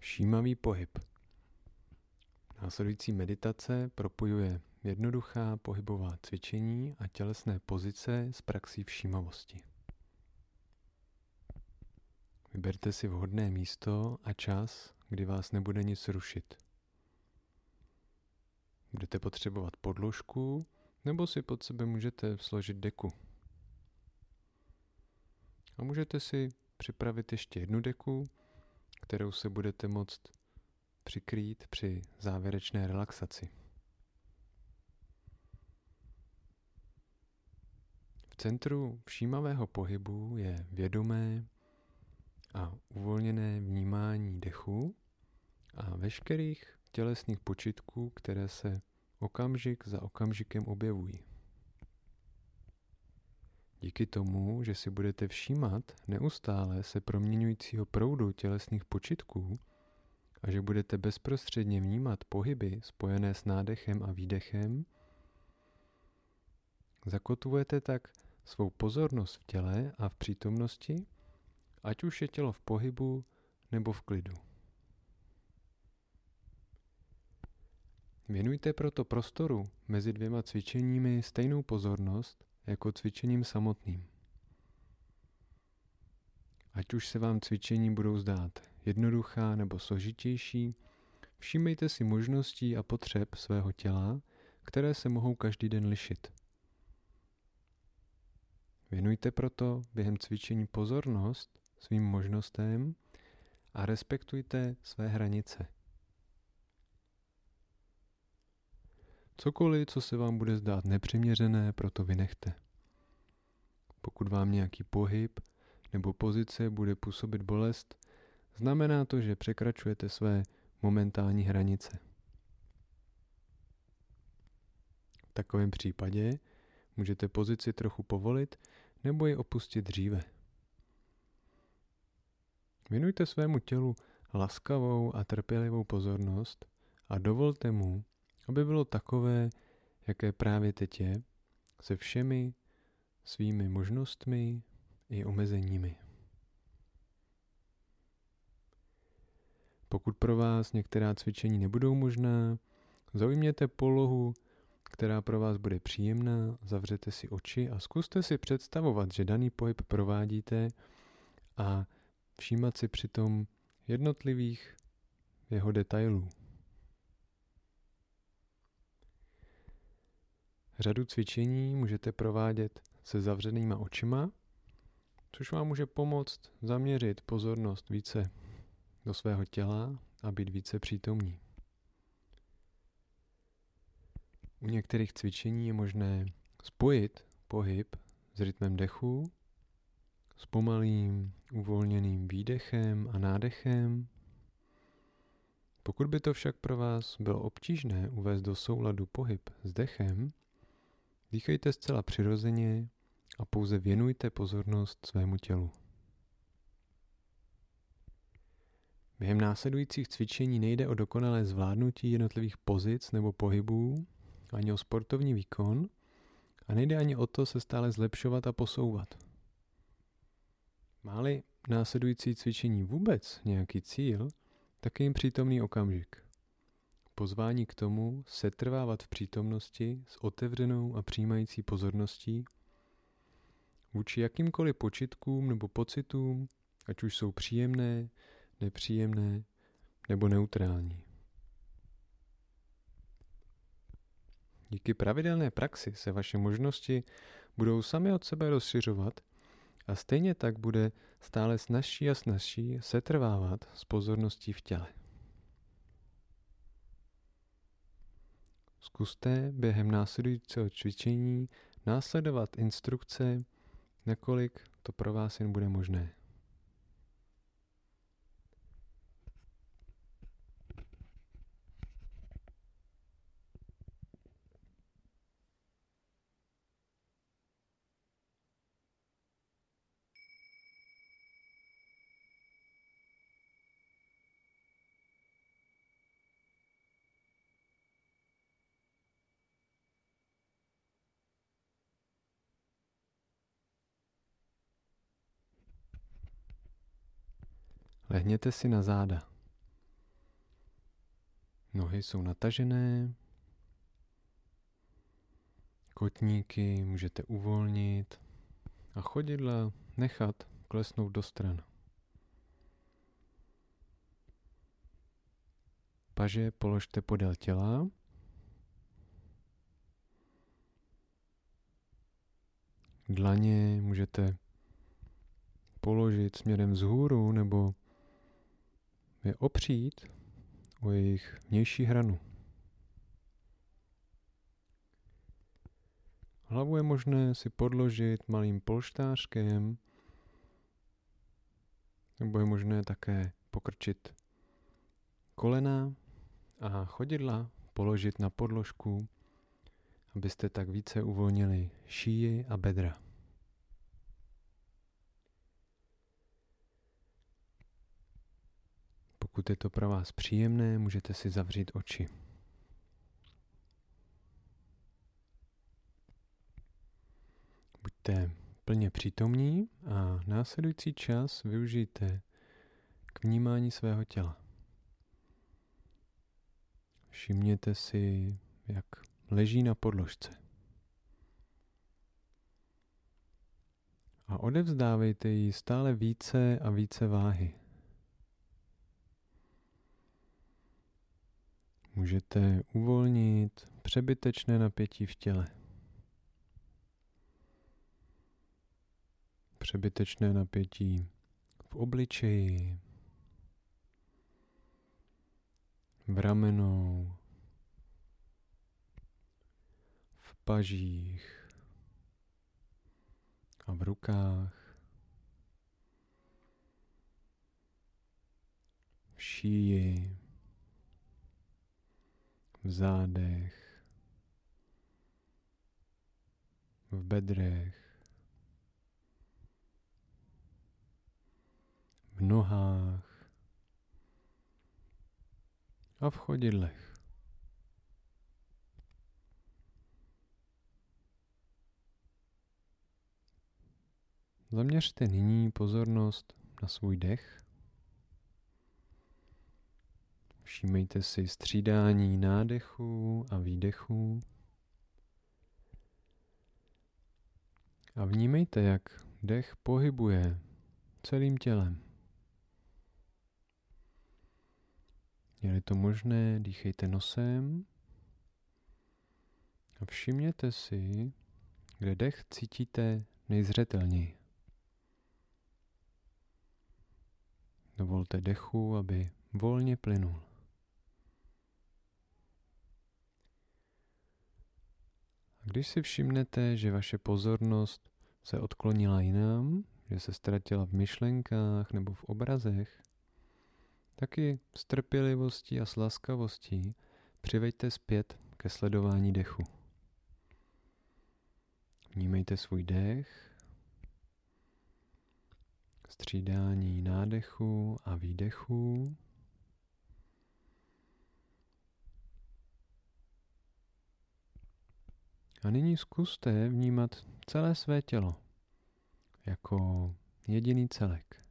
Všímavý pohyb. Následující meditace propojuje jednoduchá pohybová cvičení a tělesné pozice s praxí všímavosti. Vyberte si vhodné místo a čas, kdy vás nebude nic rušit. Budete potřebovat podložku, nebo si pod sebe můžete složit deku. A můžete si připravit ještě jednu deku, kterou se budete moct přikrýt při závěrečné relaxaci. V centru všímavého pohybu je vědomé a uvolněné vnímání dechu a veškerých tělesných počitků, které se okamžik za okamžikem objevují. Díky tomu, že si budete všímat neustále se proměňujícího proudu tělesných počitků a že budete bezprostředně vnímat pohyby spojené s nádechem a výdechem, zakotvujete tak svou pozornost v těle a v přítomnosti, ať už je tělo v pohybu nebo v klidu. Věnujte proto prostoru mezi dvěma cvičeními stejnou pozornost jako cvičením samotným. Ať už se vám cvičení budou zdát jednoduchá nebo složitější, všímejte si možností a potřeb svého těla, které se mohou každý den lišit. Věnujte proto během cvičení pozornost svým možnostem a respektujte své hranice. Cokoliv, co se vám bude zdát nepřiměřené, proto vynechte. Pokud vám nějaký pohyb nebo pozice bude působit bolest, znamená to, že překračujete své momentální hranice. V takovém případě můžete pozici trochu povolit nebo ji opustit dříve. Věnujte svému tělu laskavou a trpělivou pozornost a dovolte mu, aby bylo takové, jaké právě teď je, se všemi svými možnostmi i omezeními. Pokud pro vás některá cvičení nebudou možná, zaujměte polohu, která pro vás bude příjemná, zavřete si oči a zkuste si představovat, že daný pohyb provádíte a všímat si přitom jednotlivých jeho detailů. Řadu cvičení můžete provádět se zavřenýma očima, což vám může pomoct zaměřit pozornost více do svého těla a být více přítomní. U některých cvičení je možné spojit pohyb s rytmem dechu, s pomalým, uvolněným výdechem a nádechem. Pokud by to však pro vás bylo obtížné uvést do souladu pohyb s dechem, dýchejte zcela přirozeně a pouze věnujte pozornost svému tělu. Během následujících cvičení nejde o dokonalé zvládnutí jednotlivých pozic nebo pohybů, ani o sportovní výkon a nejde ani o to se stále zlepšovat a posouvat. Má-li následující cvičení vůbec nějaký cíl, tak je jim přítomný okamžik. Pozvání k tomu setrvávat v přítomnosti s otevřenou a přijímající pozorností vůči jakýmkoliv počitkům nebo pocitům, ať už jsou příjemné, nepříjemné nebo neutrální. Díky pravidelné praxi se vaše možnosti budou sami od sebe rozšiřovat a stejně tak bude stále snazší a snazší setrvávat s pozorností v těle. Zkuste během následujícího cvičení následovat instrukce, nakolik to pro vás jen bude možné. Lehněte si na záda. Nohy jsou natažené. Kotníky můžete uvolnit a chodidla nechat klesnout do stran. Paže položte podél těla. Dlaně můžete položit směrem vzhůru nebo je opřít o jejich vnější hranu. Hlavu je možné si podložit malým polštářkem, nebo je možné také pokrčit kolena a chodidla položit na podložku, abyste tak více uvolnili šíji a bedra. Pokud je to pro vás příjemné, můžete si zavřít oči. Buďte plně přítomní a následující čas využijte k vnímání svého těla. Všimněte si, jak leží na podložce. A odevzdávejte jí stále více a více váhy. Můžete uvolnit přebytečné napětí v těle. Přebytečné napětí v obličeji, v ramenou, v pažích a v rukách, v šíji, v zádech, v bedrech, v nohách a v chodidlech. Zaměřte nyní pozornost na svůj dech. Všímejte si střídání nádechu a výdechu. A vnímejte, jak dech pohybuje celým tělem. Je-li to možné, dýchejte nosem a všimněte si, kde dech cítíte nejzřetelněji. Dovolte dechu, aby volně plynul. A když si všimnete, že vaše pozornost se odklonila jinam, že se ztratila v myšlenkách nebo v obrazech, taky s trpělivostí a s laskavostí přiveďte zpět ke sledování dechu. Vnímejte svůj dech, střídání nádechu a výdechu. A nyní zkuste vnímat celé své tělo jako jediný celek.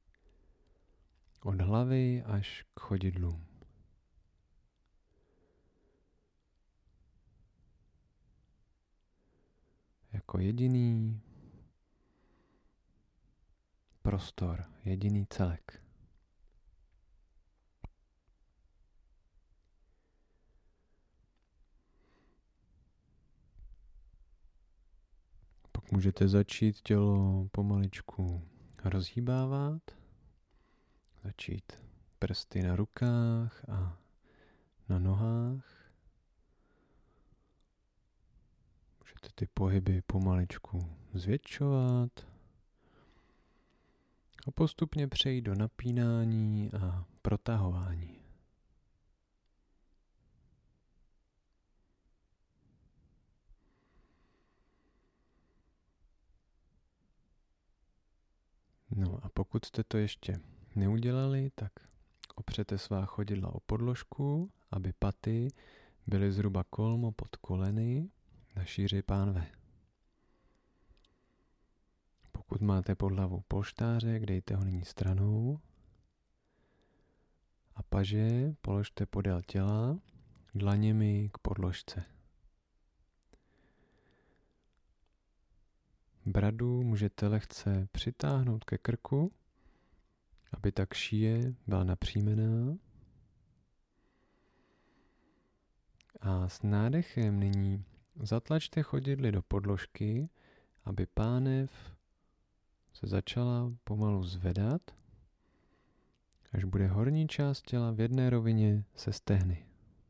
Od hlavy až k chodidlům. Jako jediný prostor, jediný celek. Pak můžete začít tělo pomaličku rozhýbávat, začít prsty na rukách a na nohách. Můžete ty pohyby pomaličku zvětšovat a postupně přejít do napínání a protahování. No a pokud jste to ještě neudělali, tak opřete svá chodidla o podložku, aby paty byly zhruba kolmo pod koleny na šíři pánve. Pokud máte pod hlavou polštářek, dejte ho nyní stranou a paže položte podél těla, dlaněmi k podložce. Bradu můžete lehce přitáhnout ke krku, aby tak šíje byla napřímená. A s nádechem nyní zatlačte chodidly do podložky, aby pánev se začala pomalu zvedat, až bude horní část těla v jedné rovině se stehny.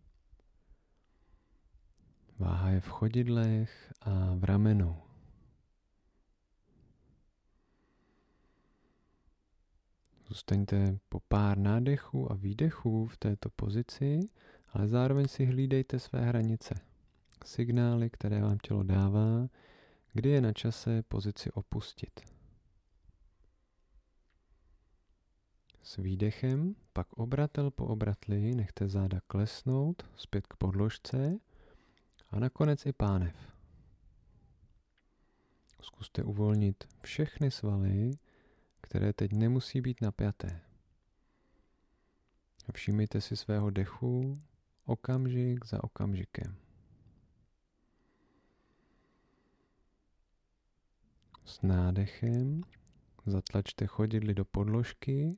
Váha je v chodidlech a v ramenou. Zůstaňte po pár nádechů a výdechů v této pozici, ale zároveň si hlídejte své hranice. Signály, které vám tělo dává, kdy je na čase pozici opustit. S výdechem pak obratel po obratli nechte záda klesnout zpět k podložce a nakonec i pánev. Zkuste uvolnit všechny svaly, které teď nemusí být napjaté. Všímejte si svého dechu okamžik za okamžikem. S nádechem zatlačte chodidly do podložky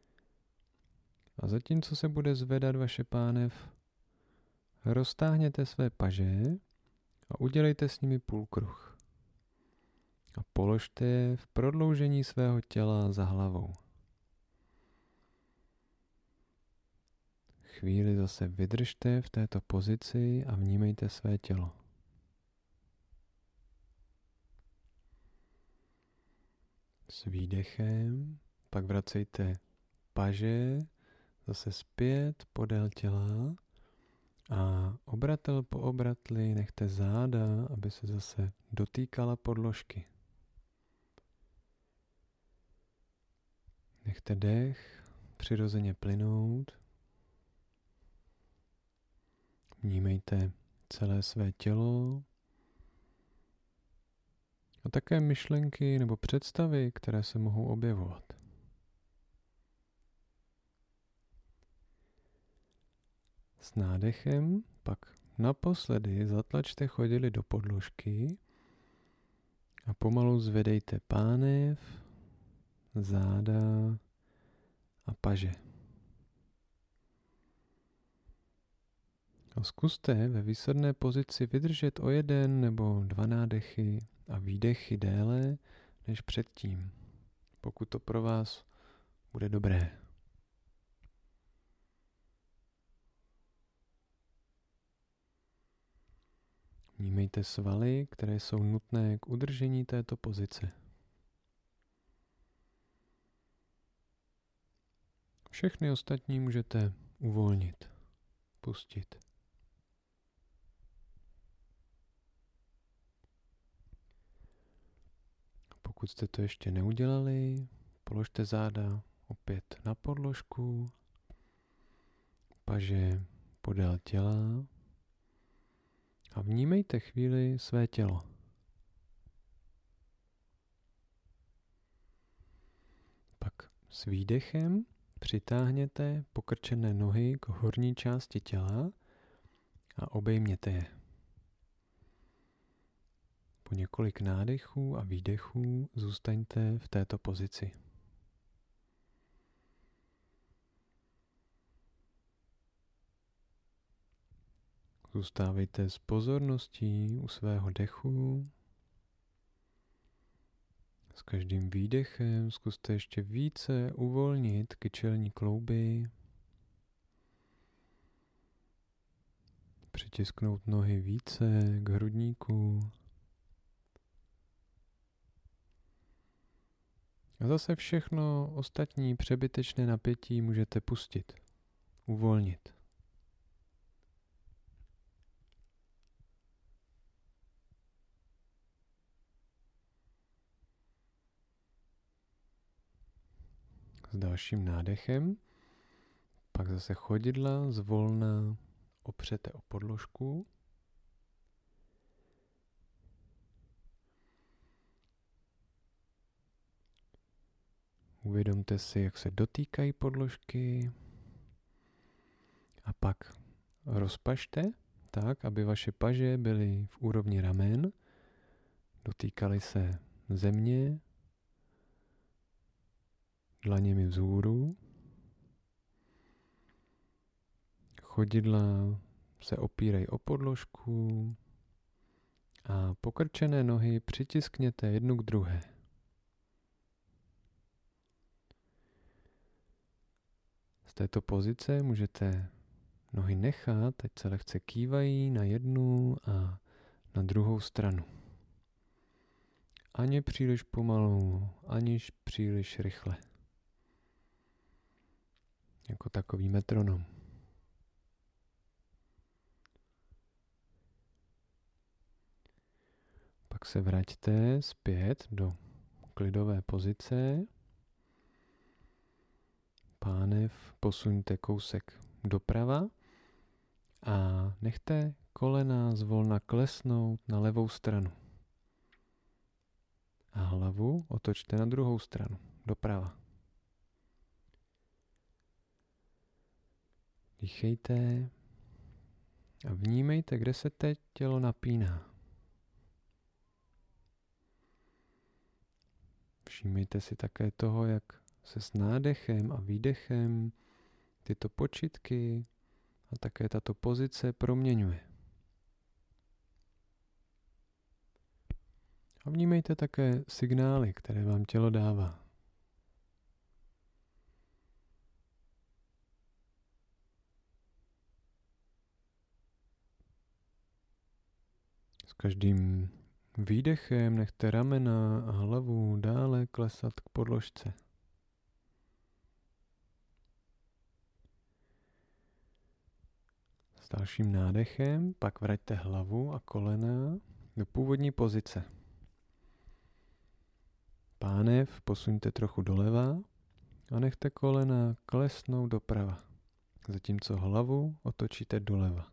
a zatímco se bude zvedat vaše pánev, roztáhněte své paže a udělejte s nimi půlkruh. A položte je v prodloužení svého těla za hlavou. Chvíli zase vydržte v této pozici a vnímejte své tělo. S výdechem pak vracejte paže zase zpět podél těla a obratel po obratli nechte záda, aby se zase dotýkala podložky. Nechte dech přirozeně plynout. Vnímejte celé své tělo a také myšlenky nebo představy, které se mohou objevovat. S nádechem pak naposledy zatlačte chodidly do podložky a pomalu zvedejte pánev, záda a paže. A zkuste ve výsadné pozici vydržet o 1 nebo 2 nádechy a výdechy déle než předtím, pokud to pro vás bude dobré. Vnímejte svaly, které jsou nutné k udržení této pozice. Všechny ostatní můžete uvolnit, pustit. Pokud jste to ještě neudělali, položte záda opět na podložku, paže podél těla a vnímejte chvíli své tělo. Pak s výdechem přitáhněte pokrčené nohy k horní části těla a obejměte je. Po několik nádechů a výdechů zůstaňte v této pozici. Zůstávejte s pozorností u svého dechu. S každým výdechem zkuste ještě více uvolnit kyčelní klouby. Přitisknout nohy více k hrudníku. A zase všechno ostatní přebytečné napětí můžete pustit, uvolnit. S dalším nádechem pak zase chodidla zvolna opřete o podložku. Uvědomte si, jak se dotýkají podložky. A pak rozpažte tak, aby vaše paže byly v úrovni ramen, dotýkaly se země, dlaněmi vzhůru. Chodidla se opírají o podložku a pokrčené nohy přitiskněte jednu k druhé. Z této pozice můžete nohy nechat, ať se lehce kývají na jednu a na druhou stranu. Ani příliš pomalu, aniž příliš rychle. Jako takový metronom. Pak se vraťte zpět do klidové pozice. Pánev posuňte kousek doprava a nechte kolena zvolna klesnout na levou stranu. A hlavu otočte na druhou stranu, doprava. Dýchejte a vnímejte, kde se teď tělo napíná. Všímejte si také toho, jak se s nádechem a výdechem tyto počitky a také tato pozice proměňuje. A vnímejte také signály, které vám tělo dává. S každým výdechem nechte ramena a hlavu dále klesat k podložce. S dalším nádechem pak vraťte hlavu a kolena do původní pozice. Pánev posuňte trochu doleva a nechte kolena klesnout doprava, zatímco hlavu otočíte doleva.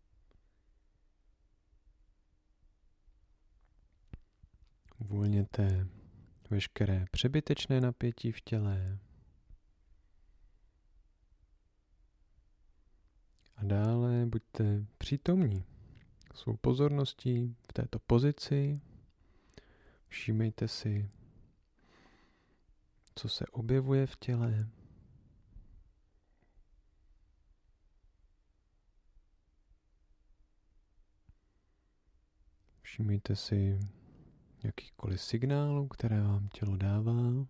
Uvolněte veškeré přebytečné napětí v těle. A dále buďte přítomní svou pozorností v této pozici. Všímejte si, co se objevuje v těle. Všímejte si jakýchkoliv signálů, které vám tělo dává.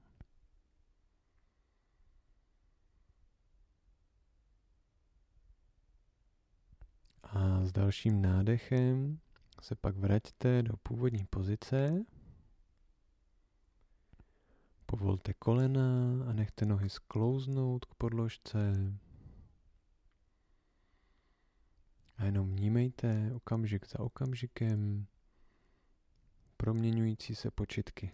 A s dalším nádechem se pak vraťte do původní pozice. Povolte kolena a nechte nohy sklouznout k podložce. A jenom vnímejte okamžik za okamžikem proměňující se počitky.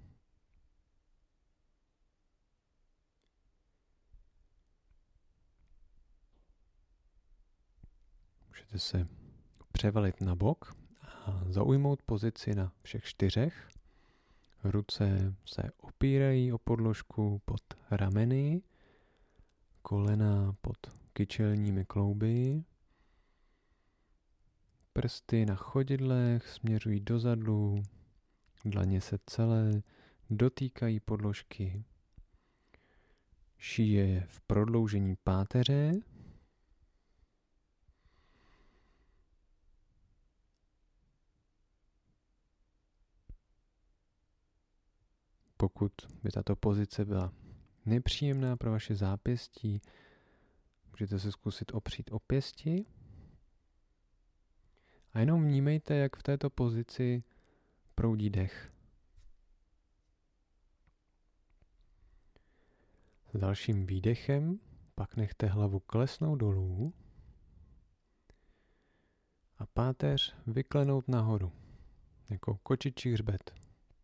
Můžete se převalit na bok a zaujmout pozici na všech čtyřech. Ruce se opírají o podložku pod rameny, kolena pod kyčelními klouby, prsty na chodidlech směřují dozadu, dlaně se celé dotýkají podložky. Šíje je v prodloužení páteře. Pokud by tato pozice byla nepříjemná pro vaše zápěstí, můžete se zkusit opřít o pěsti. A jenom vnímejte, jak v této pozici proudí dech. S dalším výdechem pak nechte hlavu klesnout dolů a páteř vyklenout nahoru, jako kočičí hřbet.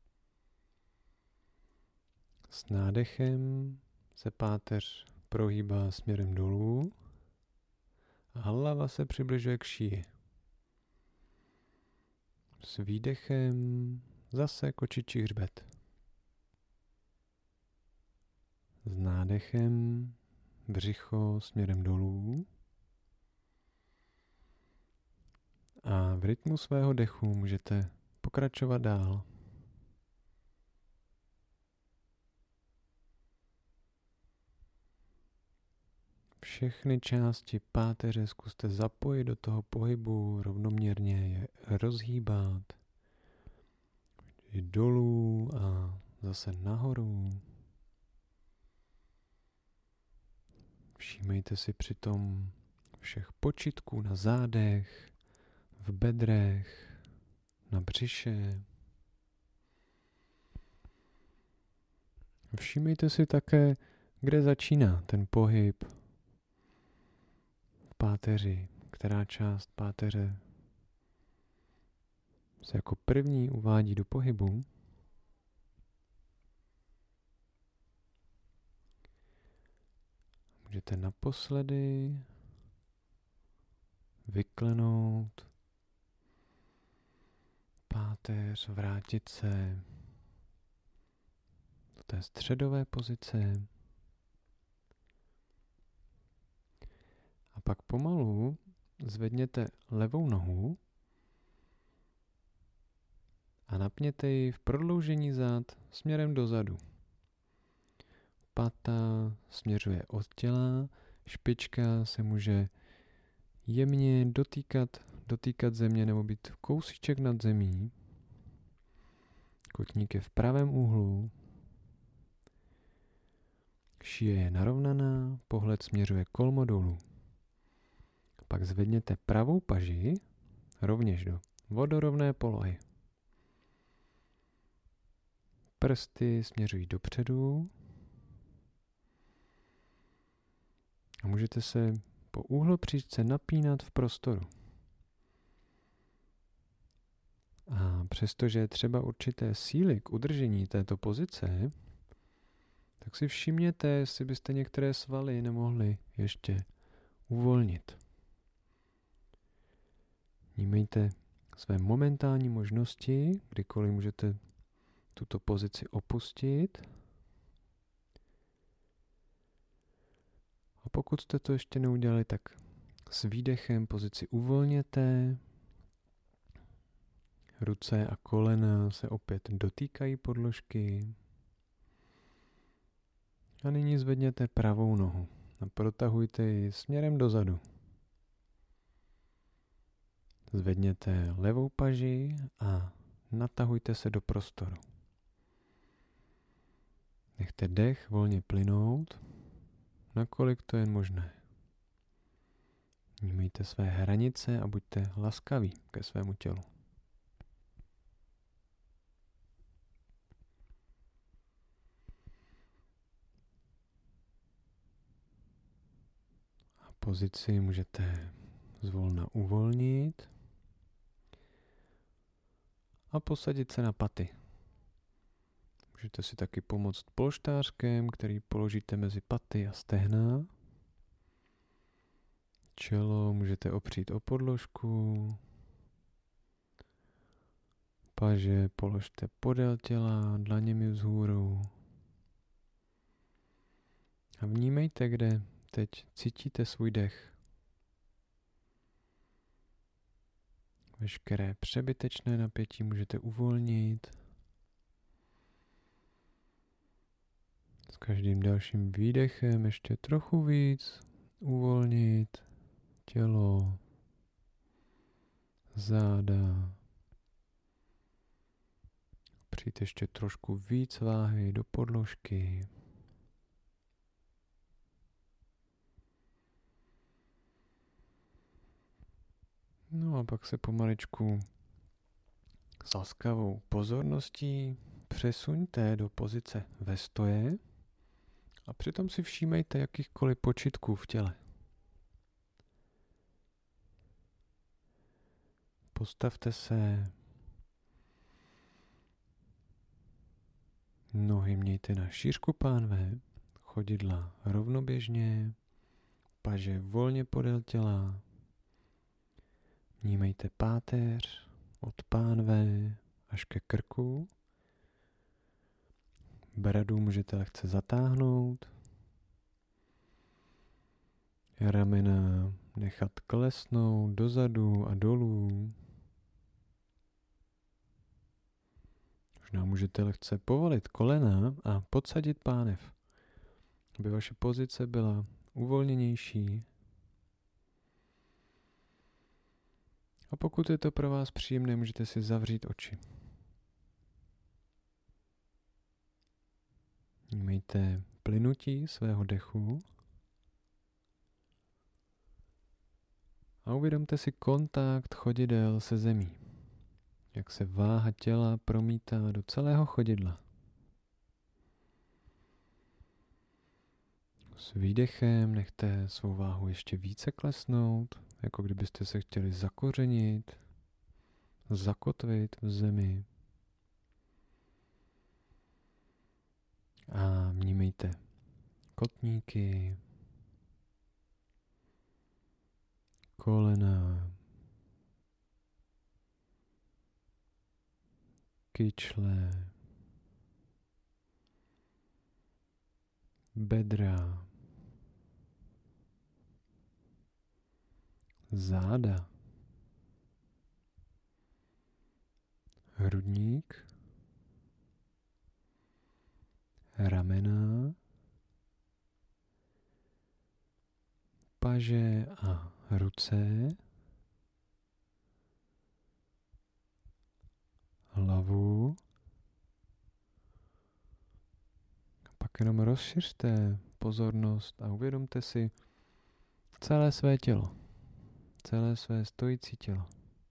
S nádechem se páteř prohýbá směrem dolů a hlava se přibližuje k šíji. S výdechem zase kočičí hřbet. S nádechem břicho směrem dolů A v rytmu svého dechu můžete pokračovat dál. Všechny části páteře zkuste zapojit do toho pohybu, rovnoměrně je rozhýbat. I dolů a zase nahoru. Všímejte si přitom všech počítků na zádech, v bedrech, na břiše. Všímejte si také, kde začíná ten pohyb v páteři, která část páteře se jako první uvádí do pohybu. Můžete naposledy vyklenout páteř, vrátit se do té středové pozice a pak pomalu zvedněte levou nohu a napněte ji v prodloužení zad směrem dozadu. Pata směřuje od těla, špička se může jemně dotýkat země nebo být kousíček nad zemí. Kotník je v pravém úhlu. Šíje je narovnaná, pohled směřuje kolmo dolů. Pak zvedněte pravou paži rovněž do vodorovné polohy. Prsty směřují dopředu a můžete se po úhlopříčce napínat v prostoru. A přestože je třeba určité síly k udržení této pozice, tak si všimněte, jestli byste některé svaly nemohli ještě uvolnit. Vnímejte své momentální možnosti, kdykoliv můžete tuto pozici opustit. A pokud jste to ještě neudělali, tak s výdechem pozici uvolněte. Ruce a kolena se opět dotýkají podložky. A nyní zvedněte pravou nohu a protahujte ji směrem dozadu. Zvedněte levou paži a natahujte se do prostoru. Nechte dech volně plynout, nakolik to jen možné. Vnímejte své hranice a buďte laskaví ke svému tělu. A pozici můžete zvolna uvolnit a posadit se na paty. Můžete si taky pomoct polštářkem, který položíte mezi paty a stehna. Čelo můžete opřít o podložku. Paže položte podél těla, dlaněmi vzhůru. A vnímejte, kde teď cítíte svůj dech. Veškeré přebytečné napětí můžete uvolnit. S každým dalším výdechem ještě trochu víc uvolnit tělo, záda. Přijít ještě trošku víc váhy do podložky. No a pak se pomaličku s laskavou pozorností přesuňte do pozice ve stoje a přitom si všímejte jakýchkoliv počítků v těle. Postavte se, nohy mějte na šířku pánve, chodidla rovnoběžně, paže volně podél těla. Vnímejte páteř od pánve až ke krku. Bradu můžete lehce zatáhnout. Ramena nechat klesnout dozadu a dolů. Možná můžete lehce povolit kolena a podsadit pánev, aby vaše pozice byla uvolněnější. A pokud je to pro vás příjemné, můžete si zavřít oči. Vnímejte plynutí svého dechu a uvědomte si kontakt chodidel se zemí. Jak se váha těla promítá do celého chodidla. S výdechem nechte svou váhu ještě více klesnout, jako kdybyste se chtěli zakořenit, zakotvit v zemi. A vnímejte kotníky, kolena, kyčle, bedra, záda, hrudník, ramena, paže a ruce, hlavu. A pak jenom rozšiřte pozornost a uvědomte si celé své tělo, celé své stojící tělo.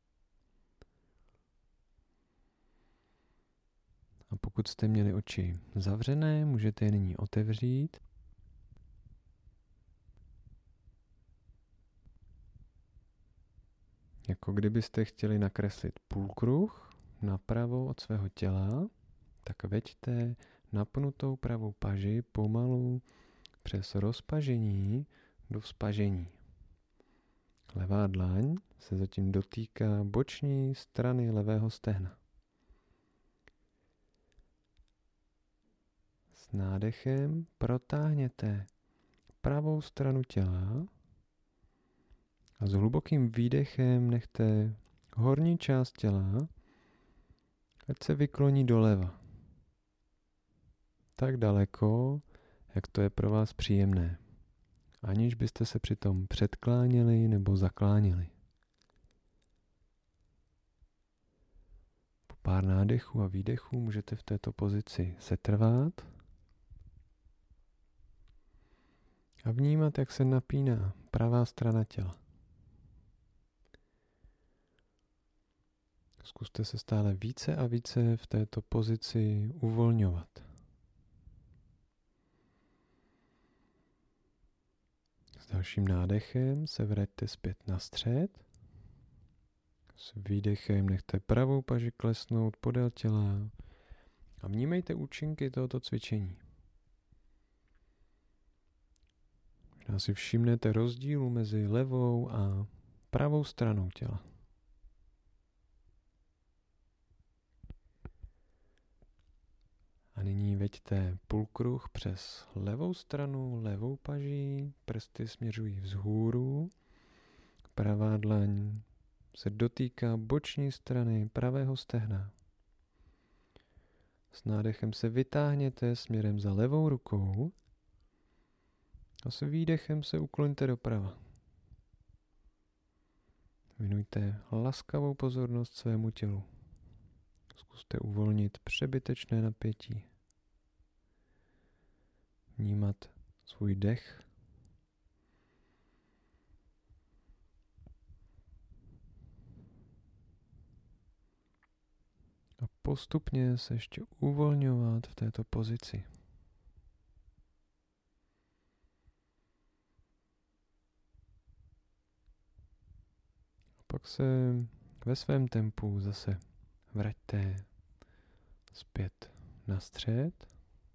A pokud jste měli oči zavřené, můžete je nyní otevřít. Jako kdybyste chtěli nakreslit půlkruh napravo od svého těla, tak veďte napnutou pravou paži pomalu přes rozpažení do vzpažení. Levá dlaň se zatím dotýká boční strany levého stehna. S nádechem protáhněte pravou stranu těla a s hlubokým výdechem nechte horní část těla, ať se vykloní doleva. Tak daleko, jak to je pro vás příjemné, aniž byste se přitom předkláněli nebo zakláněli. Po pár nádechů a výdechů můžete v této pozici setrvat a vnímat, jak se napíná pravá strana těla. Zkuste se stále více a více v této pozici uvolňovat. S dalším nádechem se vraťte zpět na střed. S výdechem nechte pravou paži klesnout podél těla a vnímejte účinky tohoto cvičení. Možná si všimnete rozdílu mezi levou a pravou stranou těla. A nyní veďte půlkruh přes levou stranu, levou paží, prsty směřují vzhůru, pravá dlaň se dotýká boční strany pravého stehna. S nádechem se vytáhněte směrem za levou rukou a s výdechem se ukloňte doprava. Věnujte laskavou pozornost svému tělu. Zkuste uvolnit přebytečné napětí. Vnímat svůj dech. A postupně se ještě uvolňovat v této pozici. A pak se ve svém tempu zase vraťte zpět na střed.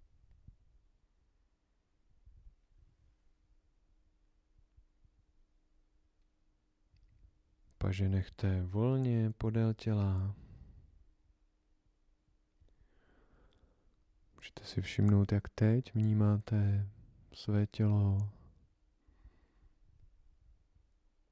Paže nechte volně podél těla. Můžete si všimnout, jak teď vnímáte své tělo.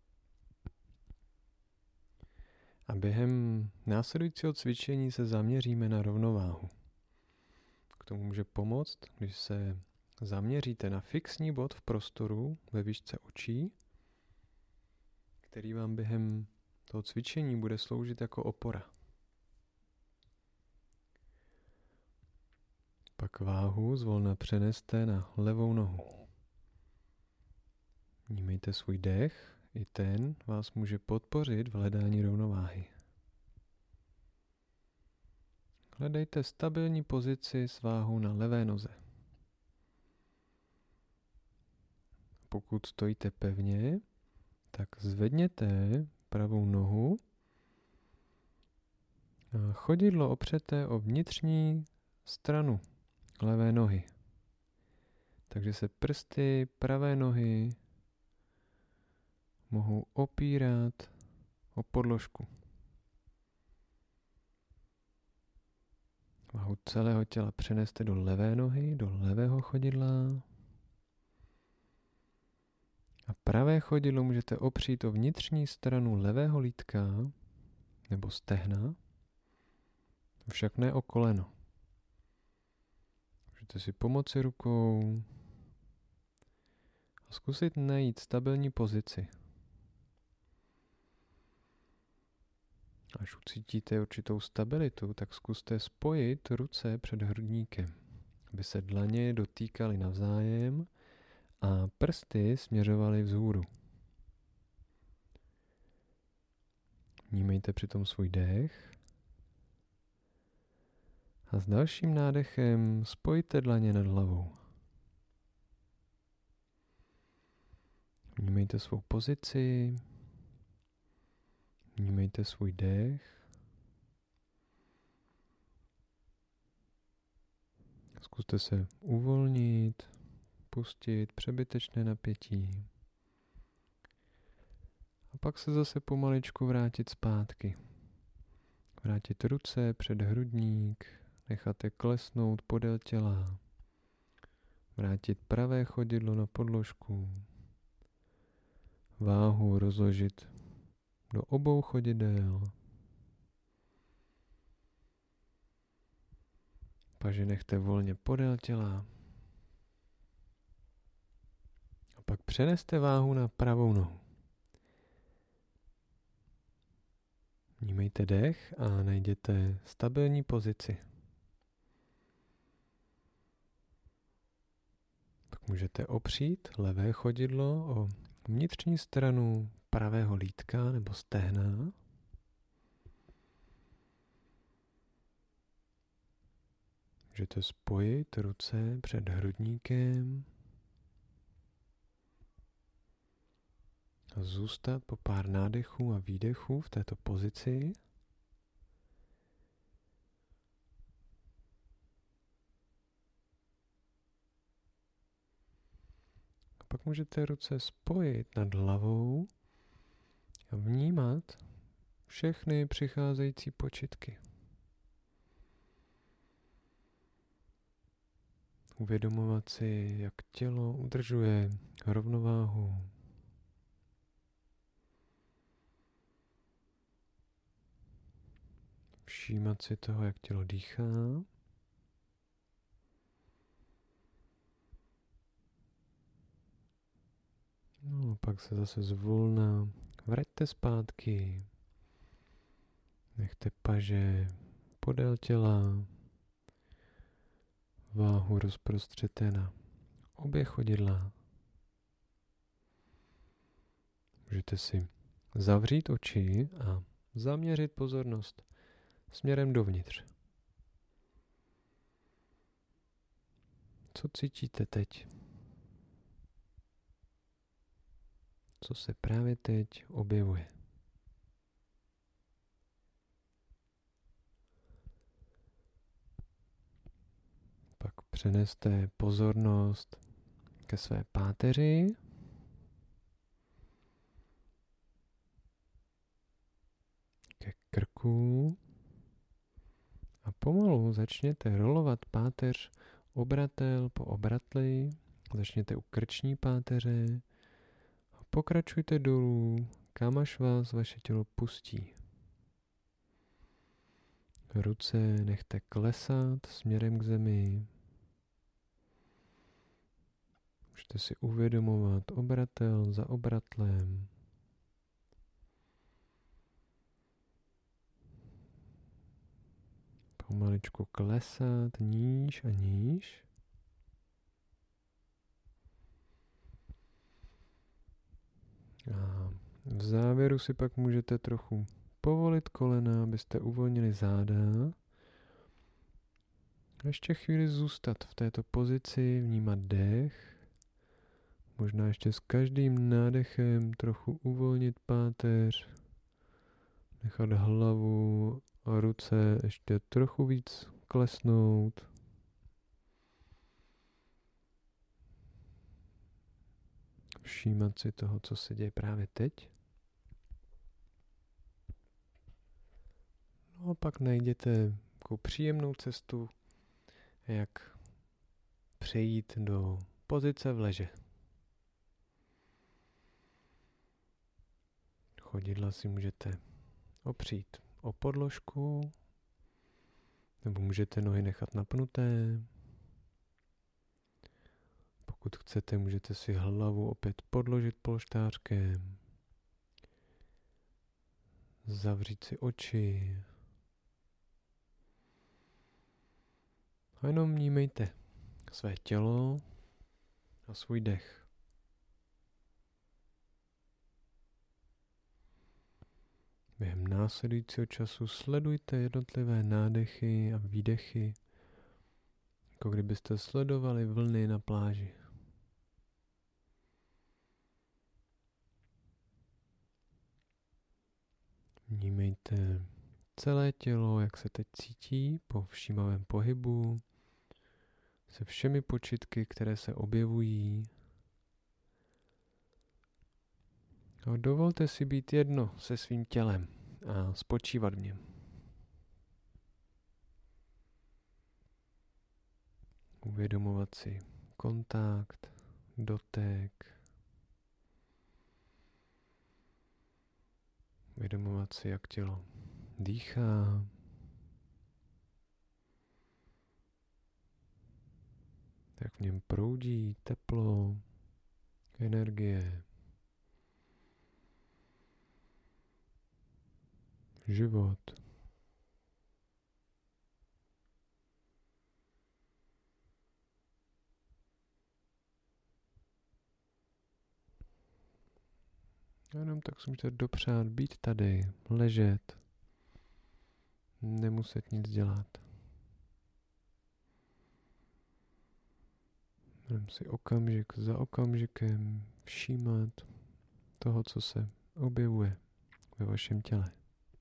A během následujícího cvičení se zaměříme na rovnováhu. K tomu může pomoct, když se zaměříte na fixní bod v prostoru ve výšce očí, který vám během toho cvičení bude sloužit jako opora. Pak váhu zvolna přeneste na levou nohu. Vnímejte svůj dech, i ten vás může podpořit v hledání rovnováhy. Hledejte stabilní pozici s váhou na levé noze. Pokud stojíte pevně, tak zvedněte pravou nohu a chodidlo opřete o vnitřní stranu levé nohy. Takže se prsty pravé nohy mohou opírat o podložku. Váhu celého těla přeneste do levé nohy, do levého chodidla. A pravé chodidlo můžete opřít o vnitřní stranu levého lítka nebo stehna, však ne o koleno. Můžete si pomoci rukou a zkusit najít stabilní pozici. Až ucítíte určitou stabilitu, tak zkuste spojit ruce před hrudníkem, aby se dlaně dotýkaly navzájem a prsty směřovaly vzhůru. Vnímejte přitom svůj dech a s dalším nádechem spojte dlaně nad hlavou. Vnímejte svou pozici, vnímejte svůj dech. Zkuste se uvolnit, pustit přebytečné napětí. A pak se zase pomaličku vrátit zpátky. Vrátit ruce před hrudník, nechat je klesnout podél těla. Vrátit pravé chodidlo na podložku. Váhu rozložit do obou chodidel. Paže nechte volně podél těla. A pak přeneste váhu na pravou nohu. Vnímejte dech a najděte stabilní pozici. Pak můžete opřít levé chodidlo o vnitřní stranu pravého lítka nebo stehna. Můžete spojit ruce před hrudníkem a zůstat po pár nádechů a výdechů v této pozici. A pak můžete ruce spojit nad hlavou a vnímat všechny přicházející počitky. Uvědomovat si, jak tělo udržuje rovnováhu. Všímat si toho, jak tělo dýchá. No, pak se zase zvolna vraťte zpátky. Nechte paže podél těla. Váhu rozprostřete na obě chodidla. Můžete si zavřít oči a zaměřit pozornost směrem dovnitř. Co cítíte teď? Co se právě teď objevuje? Pak přeneste pozornost ke své páteři. Ke krku. A pomalu začněte rolovat páteř obratel po obratli. Začněte u krční páteře. A pokračujte dolů, kam až vás vaše tělo pustí. Ruce nechte klesat směrem k zemi. Můžete si uvědomovat obratel za obratlem. Pomaličku klesat níž a níž. A v závěru si pak můžete trochu povolit kolena, abyste uvolnili záda. A ještě chvíli zůstat v této pozici, vnímat dech. Možná ještě s každým nádechem trochu uvolnit páteř. Nechat hlavu a ruce ještě trochu víc klesnout. Všímat si toho, co se děje právě teď. No a pak najděte takovou příjemnou cestu, jak přejít do pozice v leže. Chodidla si můžete opřít o podložku, nebo můžete nohy nechat napnuté. Pokud chcete, můžete si hlavu opět podložit polštářkem. Zavřít si oči. A jenom vnímejte své tělo a svůj dech. Během následujícího času sledujte jednotlivé nádechy a výdechy, jako kdybyste sledovali vlny na pláži. Vnímejte celé tělo, jak se teď cítí po všímavém pohybu, se všemi počitky, které se objevují. A dovolte si být jedno se svým tělem a spočívat v něm. Uvědomovat si kontakt, dotek. Uvědomovat si, jak tělo dýchá. Jak v něm proudí teplo, energie, život. A jenom tak si můžete dopřát být tady, ležet, nemuset nic dělat. Jenom si okamžik za okamžikem všímat toho, co se objevuje ve vašem těle.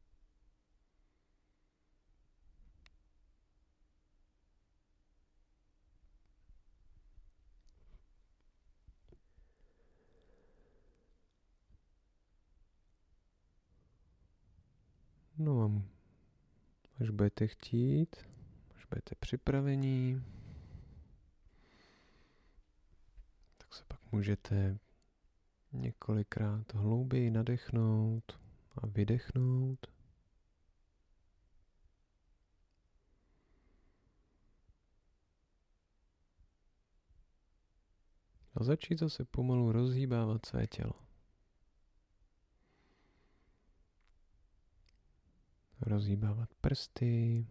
No a až budete chtít, až budete připravení, tak se pak můžete několikrát hlouběji nadechnout a vydechnout. A začít zase pomalu rozhýbávat své tělo. Rozhýbávat prsty,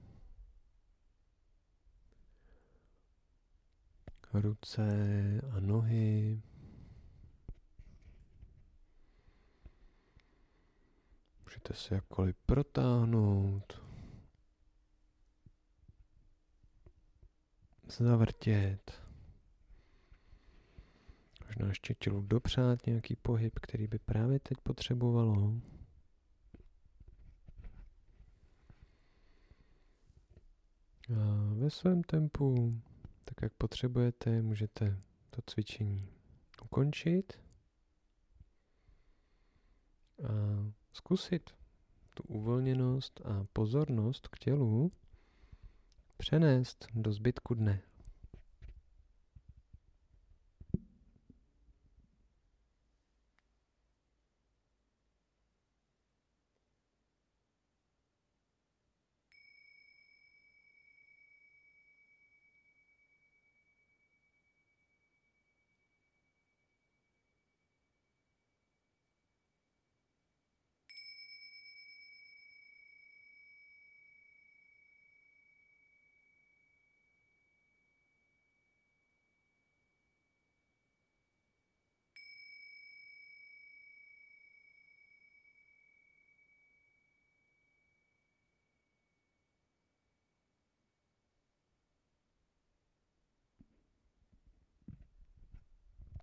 ruce a nohy. Můžete se jakkoliv protáhnout, zavrtět. Možná ještě tělu dopřát nějaký pohyb, který by právě teď potřebovalo. A ve svém tempu, tak jak potřebujete, můžete to cvičení ukončit a zkusit tu uvolněnost a pozornost k tělu přenést do zbytku dne.